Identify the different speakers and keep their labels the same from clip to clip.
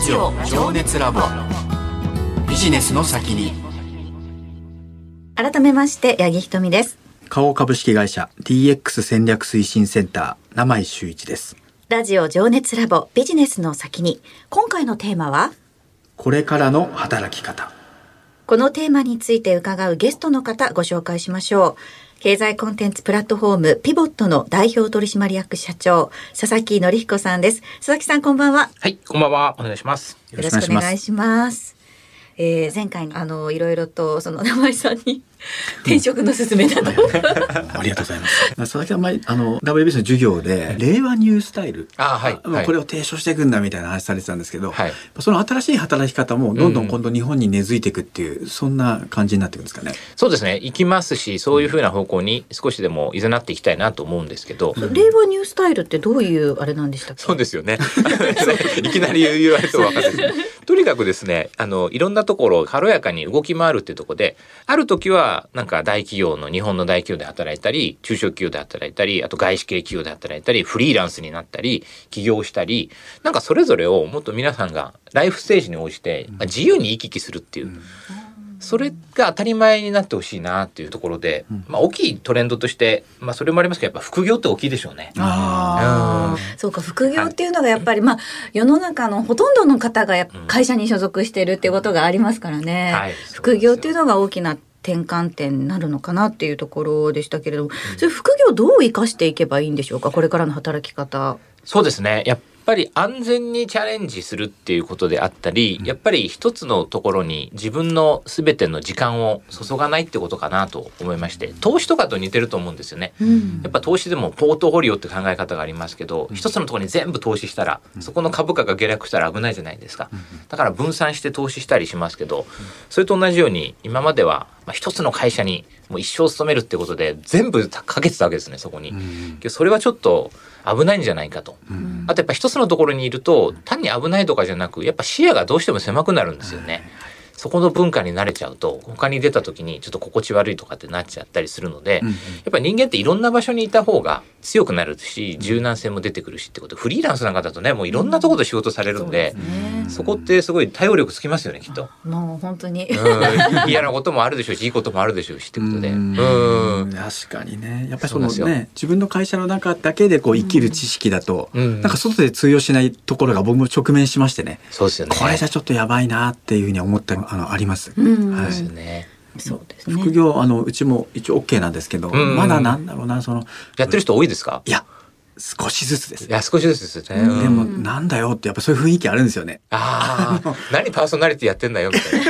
Speaker 1: ジオ情熱ラボビジネスの先に。
Speaker 2: 改めまして八木ひとみです。
Speaker 3: 花王株式会社 DX 戦略推進センター名前修一です。
Speaker 2: ラジオ情熱ラボビジネスの先に、今回のテーマは
Speaker 3: これからの働き方。
Speaker 2: このテーマについて伺うゲストの方ご紹介しましょう。経済コンテンツプラットフォームピボットの代表取締役社長佐々木則彦さんです。佐々木さん、こんばんは。
Speaker 4: はい、こんばんは。お願いします。
Speaker 2: よろしくお願いします。前回いろいろとその名前さんに転職の勧めだと
Speaker 3: ありがとうございます。佐々木さん、WBS の授業で令和ニュースタイル、これを提唱していくんだみたいな話されてたんですけど、その新しい働き方もどんどん今度日本に根付いていくっていう、そんな感じになっていくんですかね。
Speaker 4: そうですね、行きますし、そういうふうな方向に少しでも誘っていきたいなと思うんですけど、
Speaker 2: 令和ニュースタイルってどういうあれなんでしたっけ。
Speaker 4: そうですよねいきなり言われると分かんないですとにかくですね、いろんなところを軽やかに動き回るっていうところで、ある時はなんか大企業の日本の大企業で働いたり、中小企業で働いたり、あと外資系企業で働いたり、フリーランスになったり、起業したり、なんかそれぞれをもっと皆さんがライフステージに応じて自由に行き来するっていう、それが当たり前になってほしいなっていうところで、大きいトレンドとして、それもありますけど、やっぱ副業って大きいでしょうね。
Speaker 2: そうか、副業っていうのがやっぱり、世の中のほとんどの方が会社に所属してるっていうことがありますからね、副業っていうのが大きな転換点になるのかなっていうところでしたけれども、それ副業どう生かしていけばいいんでしょうか、これからの働き方。
Speaker 4: そうですね、やっぱり安全にチャレンジするっていうことであったり、やっぱり一つのところに自分の全ての時間を注がないってことかなと思いまして、投資とかと似てると思うんですよね、やっぱ投資でもポートフォリオって考え方がありますけど、一つのところに全部投資したら、そこの株価が下落したら危ないじゃないですか。だから分散して投資したりしますけど、それと同じように今までは一つの会社にもう一生勤めるってことで全部かけてたわけですね、そこに。それはちょっと危ないんじゃないかと。あとやっぱ一つのところにいると、単に危ないとかじゃなく、やっぱ視野がどうしても狭くなるんですよね。そこの文化に慣れちゃうと、他に出た時にちょっと心地悪いとかってなっちゃったりするので、やっぱり人間っていろんな場所にいた方が強くなるし、柔軟性も出てくるしってことで、フリーランスなんかだとね、もういろんなところで仕事されるんで、そこってすごい対応力つきますよね、きっと。
Speaker 2: もう本当に
Speaker 4: 嫌なこともあるでしょうし、いいこともあるでしょうしってことで。
Speaker 3: 確かにね、やっぱりそのね、自分の会社の中だけでこう生きる知識だと、なんか外で通用しないところが僕も直面しましてね。
Speaker 4: そうですよね。
Speaker 3: これじゃちょっとやばいなっていうふうに思ったあります。
Speaker 4: そうですね。
Speaker 2: そうですね。
Speaker 3: 副業うちも一応 OK なんですけど、まだなんだろうな、
Speaker 4: やってる人多いですか？
Speaker 3: いや、少しずつです。
Speaker 4: いや、少しずつですね。
Speaker 3: でもなんだよってやっぱそういう雰囲気あるんですよね。
Speaker 4: 何パーソナリティやってんだよみたいな。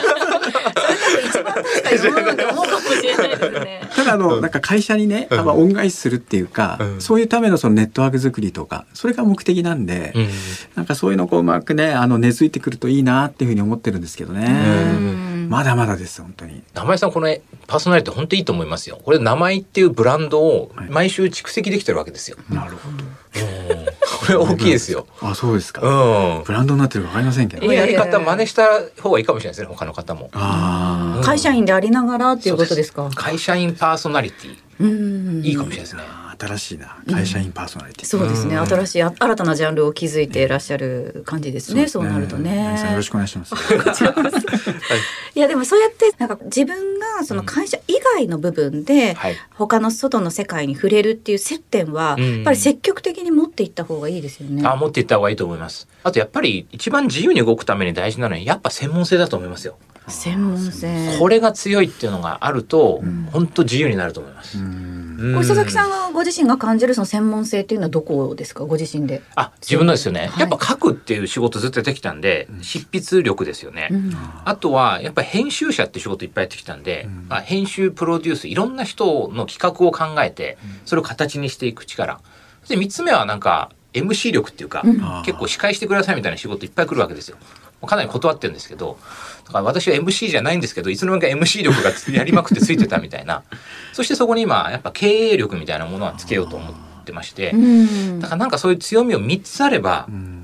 Speaker 3: ただなんか会社にね、恩返しするっていうか、そういうためのそのネットワーク作りとか、それが目的なんで、なんかそういうのをうまくね、根付いてくるといいなっていうふうに思ってるんですけどね。まだまだです本当に。
Speaker 4: 名前さん、このパーソナリティ本当にいいと思いますよ。これ名前っていうブランドを毎週蓄積できてるわけですよ。
Speaker 3: なるほど。
Speaker 4: これ大きいですよ。
Speaker 3: あ、そうですか。ブランドになってるか分かりませんけど。
Speaker 4: やり方真似した方がいいかもしれないですね、他の方も。
Speaker 2: 会社員でありながらっていうことですか？
Speaker 4: 会社員パーソナリティ、いいかもしれないですね。
Speaker 3: 新しいな、会社員パーソナリティ。
Speaker 2: そうですね、新しい新たなジャンルを築いていらっしゃる感じですね。そうなるとね。
Speaker 3: よろしくお願いします。
Speaker 2: いや、でもそうやってなんか自分がその会社以外の部分で他の外の世界に触れるっていう接点はやっぱり積極的に持っていった方がいいですよね。
Speaker 4: 持っていった方がいいと思います。あとやっぱり一番自由に動くために大事なのはやっぱ専門性だと思いますよ。
Speaker 2: 専門性、
Speaker 4: これが強いっていうのがあると本当自由になると思います。
Speaker 2: 佐々木さんがご自身が感じるその専門性っていうのはどこですか？ご自身で。
Speaker 4: 自分のですよね、やっぱ書くっていう仕事ずっとやってきたんで、執筆力ですよね。あとはやっぱり編集者って仕事いっぱいやってきたんで、編集プロデュース、いろんな人の企画を考えてそれを形にしていく力で、3つ目はなんか MC 力っていうか、結構司会してくださいみたいな仕事いっぱい来るわけですよ。かなり断ってるんですけど、だから私は MC じゃないんですけど、いつの間にか MC 力がやりまくってついてたみたいなそしてそこに今やっぱ経営力みたいなものはつけようと思ってまして、だからなんかそういう強みを3つあれば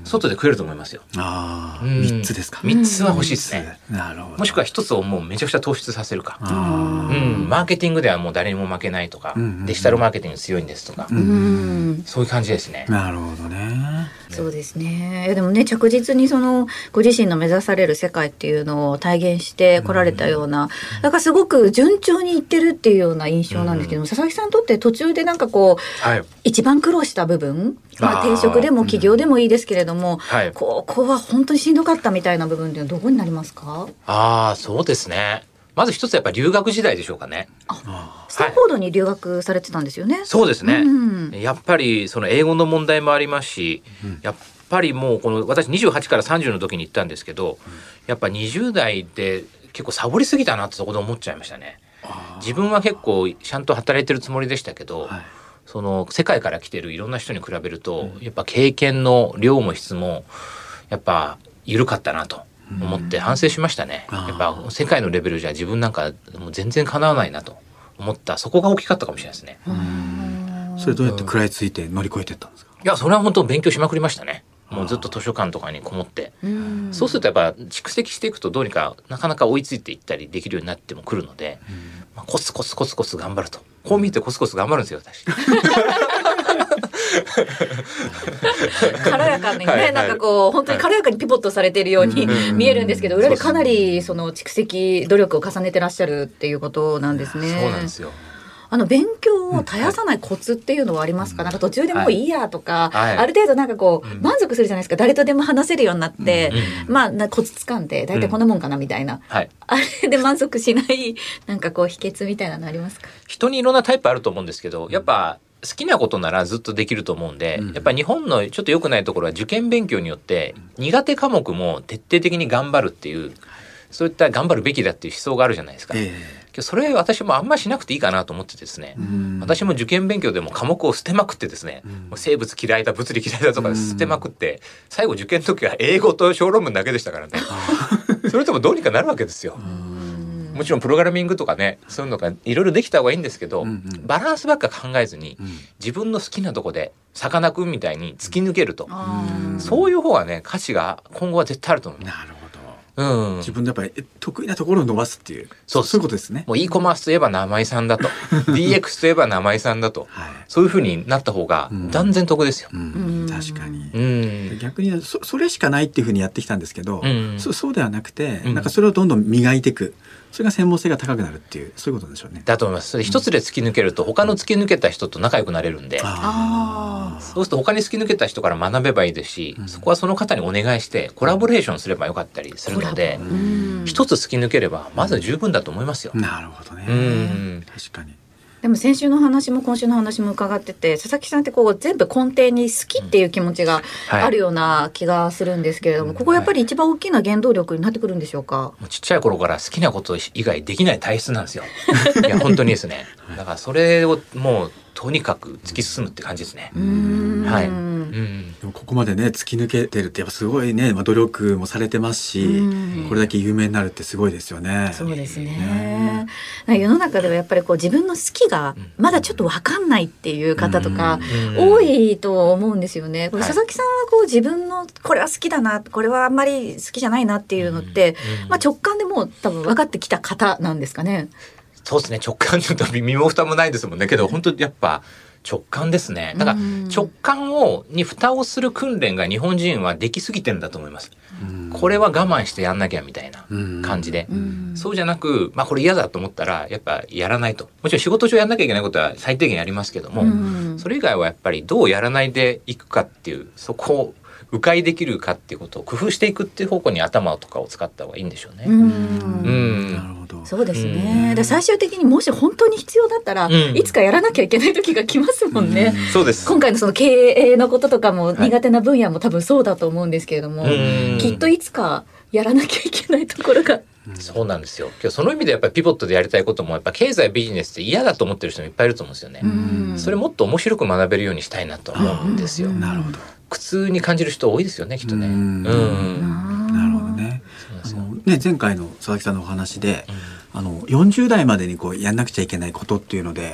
Speaker 4: 外で食えると思いますよ。
Speaker 3: 3つですか。
Speaker 4: 3つは欲しいですね。
Speaker 3: なるほど。
Speaker 4: もしくは1つをもうめちゃくちゃ突出させるか。マーケティングではもう誰にも負けないとか、デジタルマーケティング強いんですとか、そういう感じですね。
Speaker 3: なるほどね。
Speaker 2: そうですね。でもね、着実にそのご自身の目指される世界っていうのを体現してこられたような、だからすごく順調にいってるっていうような印象なんですけども、佐々木さんにとって途中でなんかこう、一番苦労した部分、転職でも起業でもいいですけれども、ここは本当にしんどかったみたいな部分っていうのはどこになりますか？
Speaker 4: そうですね。まず一つやっぱり留学時代でしょうかね。
Speaker 2: スタンフォードに留学されてたんですよね。
Speaker 4: そうですね。やっぱりその英語の問題もありますし、やっぱりもうこの私28から30の時に行ったんですけど、やっぱ20代で結構サボりすぎたなってそこで思っちゃいましたね。自分は結構ちゃんと働いてるつもりでしたけど、その世界から来てるいろんな人に比べると、やっぱ経験の量も質もやっぱ緩かったなと思って反省しましたね。やっぱ世界のレベルじゃ自分なんかもう全然かなわないなと思った。そこが大きかったかもしれないですね。
Speaker 3: それどうやって食らいついて乗り越えていったんですか？
Speaker 4: いや、それは本当勉強しまくりましたね。もうずっと図書館とかにこもって、そうするとやっぱ蓄積していくとどうにかなかなか追いついていったりできるようになってもくるので、コツコツコツコツ頑張ると、こう見てコツコツ頑張るんですよ私。
Speaker 2: 軽やかにね、なんかこう本当に軽やかにピボットされているように見えるんですけど、裏でかなりその蓄積努力を重ねてらっしゃるっていうことなんですね。
Speaker 4: そうなんですよ。
Speaker 2: 勉強を絶やさないコツっていうのはありますか？なんか途中でもういいやとか、ある程度なんかこう満足するじゃないですか。誰とでも話せるようになって、コツつかんで大体こんなもんかなみたいな、あれで満足しないなんかこう秘訣みたいなのありますか？
Speaker 4: 人にいろんなタイプあると思うんですけど、やっぱ好きなことならずっとできると思うんで、やっぱ日本のちょっと良くないところは受験勉強によって苦手科目も徹底的に頑張るっていう、そういった頑張るべきだっていう思想があるじゃないですか。それ私もあんましなくていいかなと思ってですね、私も受験勉強でも科目を捨てまくってですね、生物嫌いだ物理嫌いだとか捨てまくって、最後受験の時は英語と小論文だけでしたからね。それともどうにかなるわけですよ。もちろんプログラミングとかね、そういうのがいろいろできた方がいいんですけど、バランスばっか考えずに、自分の好きなとこでさかなクンみたいに突き抜けると、そういう方がね価値が今後は絶対あると思う。
Speaker 3: なるほど。自分でやっぱり得意なところを伸ばすっていう、そういうことですね。
Speaker 4: もう e コマースといえば生井さんだとDX といえば生井さんだと、そういう風になった方が断然得ですよ。
Speaker 3: 確かに。逆にそれしかないっていう風にやってきたんですけど、そうではなくて、なんかそれをどんどん磨いていく。それが専門性が高くなるっていう、そういうことでしょうね。
Speaker 4: だと思います。それ一つで突き抜けると他の突き抜けた人と仲良くなれるんで、そうすると他に突き抜けた人から学べばいいですし、そこはその方にお願いしてコラボレーションすればよかったりするので、一つ突き抜ければまず十分だと思いますよ。
Speaker 3: なるほどね。確かに。
Speaker 2: でも先週の話も今週の話も伺ってて、佐々木さんってこう全部根底に好きっていう気持ちがあるような気がするんですけれども、ここやっぱり一番大きな原動力になってくるんでしょうか？
Speaker 4: もうちっちゃい頃から好きなこと以外できない体質なんですよ。いや本当にですね。だからそれをもうとにかく突き進むって感じですね。はい。
Speaker 3: でもここまでね突き抜けてるってやっぱすごいね、努力もされてますし、これだけ有名になるってすごいですよね。
Speaker 2: そうですね。世の中ではやっぱりこう自分の好きがまだちょっと分かんないっていう方とか多いと思うんですよね。これ佐々木さんはこう自分のこれは好きだな、これはあんまり好きじゃないなっていうのって、直感でもう多分分かってきた方なんですかね。
Speaker 4: そうですね。直感ちょっと身も蓋もないですもんね。けど本当にやっぱ直感ですね。だから直感に蓋をする訓練が日本人はできすぎてるんだと思います。これは我慢してやんなきゃみたいな感じで、そうじゃなく、これ嫌だと思ったらやっぱやらないと。もちろん仕事上やんなきゃいけないことは最低限やりますけども、それ以外はやっぱりどうやらないでいくかっていう、そこを迂回できるかっていうことを工夫していくっていう方向に頭とかを使った方がいいんでしょうね。
Speaker 3: なるほど。
Speaker 2: そうですね。で最終的にもし本当に必要だったら、いつかやらなきゃいけない時が来ますもんね。
Speaker 4: そうです。
Speaker 2: 今回のその経営のこととかも苦手な分野も多分そうだと思うんですけれども、きっといつかやらなきゃいけないところが。
Speaker 4: そうなんですよ。今日その意味でやっぱりピボットでやりたいこともやっぱ経済ビジネスって嫌だと思ってる人もいっぱいいると思うんですよね。それもっと面白く学べるようにしたいなと思うんですよ。
Speaker 3: なるほど。
Speaker 4: 苦痛に感じる人多いですよね、きっとね。
Speaker 3: なるほどね。前回の佐々木さんのお話で、40代までにこうやんなくちゃいけないことっていうので、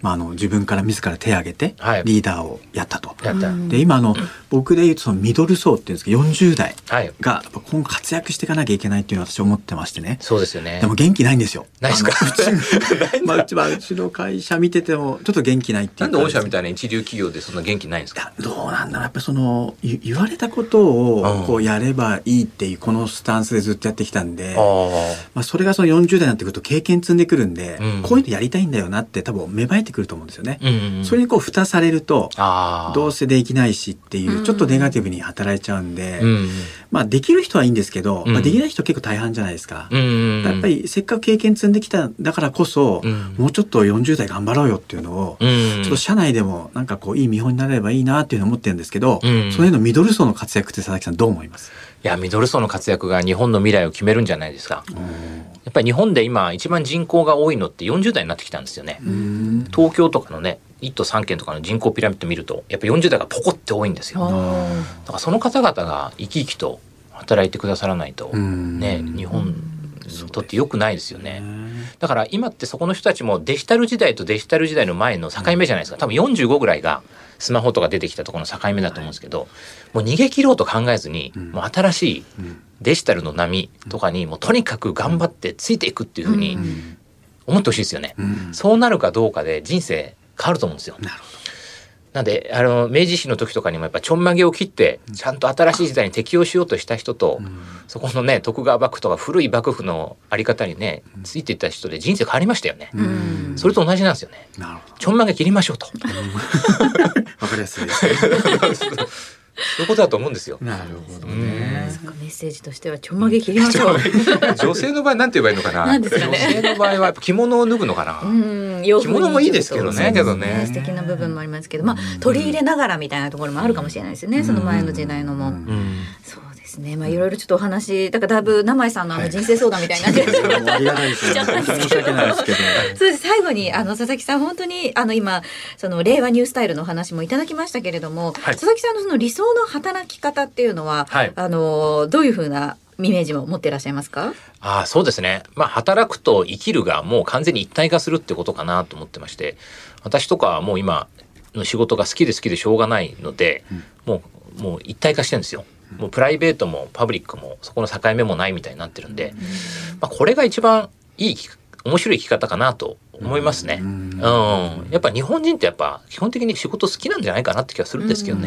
Speaker 3: 自分から自ら手を挙げてリーダーをやったと。で今僕で言うとそのミドル層っていうんですけど40代が今後活躍していかなきゃいけないっていうのを私思ってましてね。
Speaker 4: そうですよね。
Speaker 3: でも元気ないんですよ。
Speaker 4: ないですか。
Speaker 3: うちの会社見ててもちょっと元気ないっていう。
Speaker 4: なんで御社みたいな一流企業でそんな元気ないんですか。
Speaker 3: どうなんだろう。やっぱり言われたことをこうやればいいっていうこのスタンスでずっとやってきたんで、それがその40代になってくると経験積んでくるんで、こういうのやりたいんだよなって多分芽生えてくると思うんですよね。それにこう蓋されるとどうせできないしっていうちょっとネガティブに働いちゃうんで、できる人はいいんですけど、できない人結構大半じゃないですか。やっぱりせっかく経験積んできただからこそ、もうちょっと40代頑張ろうよっていうのを、ちょっと社内でもなんかこういい見本になればいいなっていうのを思ってるんですけど、その辺のミドル層の活躍って佐々木さんどう思います？
Speaker 4: いや、ミドル層の活躍が日本の未来を決めるんじゃないですか。やっぱり日本で今一番人口が多いのって40代になってきたんですよね。東京とかのね1都3県とかの人口ピラミッド見るとやっぱ40代がポコって多いんですよ。だからその方々が生き生きと働いてくださらないとね、日本にとって良くないですよね。だから今ってそこの人たちもデジタル時代とデジタル時代の前の境目じゃないですか。多分45ぐらいがスマホとか出てきたところの境目だと思うんですけど、もう逃げ切ろうと考えずに、もう新しいデジタルの波とかにもうとにかく頑張ってついていくっていうふうに思ってほしいですよね。そうなるかどうかで人生変わると思うんですよ。なんで明治維新の時とかにもやっぱちょんまげを切ってちゃんと新しい時代に適応しようとした人と、そこのね徳川幕府とか古い幕府のあり方にねついていった人で人生変わりましたよね。それと同じなんですよね。ちょんまげ切りましょうと。
Speaker 3: わかりやすいですね。
Speaker 4: そういうことだと思うんですよ。
Speaker 3: なるほどね。
Speaker 2: メッセージとしてはちょんまげ切りましょう。
Speaker 4: 女性の場合なんて言えばいいのかな。
Speaker 2: なんですかね。
Speaker 4: 女性の場合はやっぱ着物を脱ぐのかな。着物もいいですけどね。
Speaker 2: 素敵な部分もありますけど、取り入れながらみたいなところもあるかもしれないですよね。その前の時代のも。そうですね。いろいろちょっとお話だからだいぶ名前さんの人生相談みたいになってる。
Speaker 3: ありがたいですね。申し訳ないですけど。
Speaker 2: そうです。最後に佐々木さん本当に今その令和ニュースタイルのお話もいただきましたけれども、佐々木さんのその理想の働き方っていうのは、どういうふうなイメージも持っていらっしゃいますか？
Speaker 4: そうですね。働くと生きるがもう完全に一体化するってことかなと思ってまして、私とかはもう今の仕事が好きでしょうがないので、もう一体化してるんですよ。もうプライベートもパブリックもそこの境目もないみたいになってるんで、これが一番いい面白い生き方かなと思いますね。やっぱ日本人ってやっぱ基本的に仕事好きなんじゃないかなって気がするんですけどね。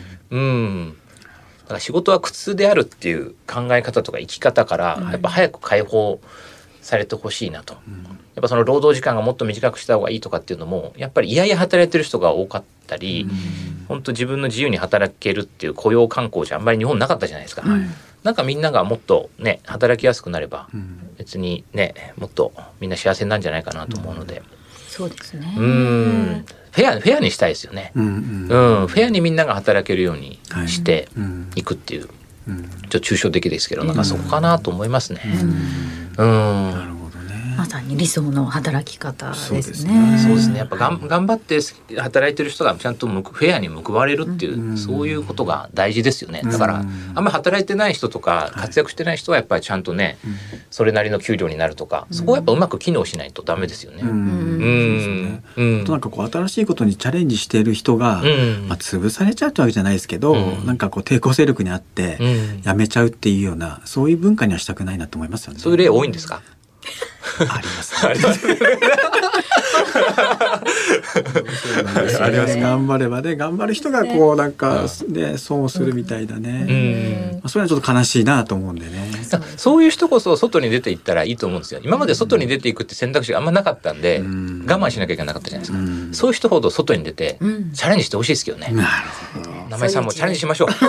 Speaker 4: だから仕事は苦痛であるっていう考え方とか生き方からやっぱ早く解放されてほしいなと。やっぱその労働時間がもっと短くした方がいいとかっていうのもやっぱり嫌々働いてる人が多かったり、本当自分の自由に働けるっていう雇用慣行じゃあんまり日本なかったじゃないですか。なんかみんながもっとね働きやすくなれば、別にねもっとみんな幸せなんじゃないかなと思うので、
Speaker 2: そうですね。
Speaker 4: フェアにしたいですよね。フェアにみんなが働けるようにしていくっていう、ちょっと抽象的ですけど、なんかそこかなと思いますね。
Speaker 3: なるほどね。
Speaker 2: まさに理想の働き方ですね。
Speaker 4: そうですね。やっぱ頑張って働いてる人がちゃんとフェアに報われるっていう、そういうことが大事ですよね。だからあんまり働いてない人とか活躍してない人はやっぱりちゃんとね、それなりの給料になるとか、そこはやっぱうまく機能しないとダメですよね。
Speaker 3: なんかこう新しいことにチャレンジしている人が、潰されちゃうってわけじゃないですけど、なんかこう抵抗勢力にあってやめちゃうっていうような、そういう文化にはしたくないなと思いますよね。
Speaker 4: そういう例多いんですか？
Speaker 3: あります。あります。頑張ればね、頑張る人がこうなんかね損をするみたいだね。それはちょっと悲しいなと思うんでね。
Speaker 4: そういう人こそ外に出ていったらいいと思うんですよ。今まで外に出ていくって選択肢があんまなかったんで、我慢しなきゃいけなかったじゃないですか。そういう人ほど外に出てチャレンジしてほしいですけどね。
Speaker 3: なるほど。
Speaker 4: 名前さんもチャレンジしましょう。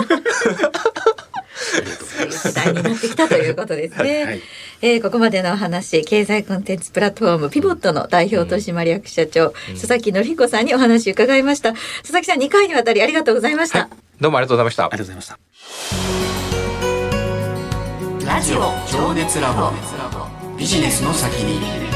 Speaker 2: そういう時代になってきたということですね。ここまでのお話、経済コンテンツプラットフォームピボットの代表取締役社長、佐々木紀彦さんにお話を伺いました。佐々木さん、2回にわたりありがとうございました。
Speaker 4: どうもありがとうございました。
Speaker 3: ありがとうございました。
Speaker 1: ラジオ情熱ラボ、ビジネスの先に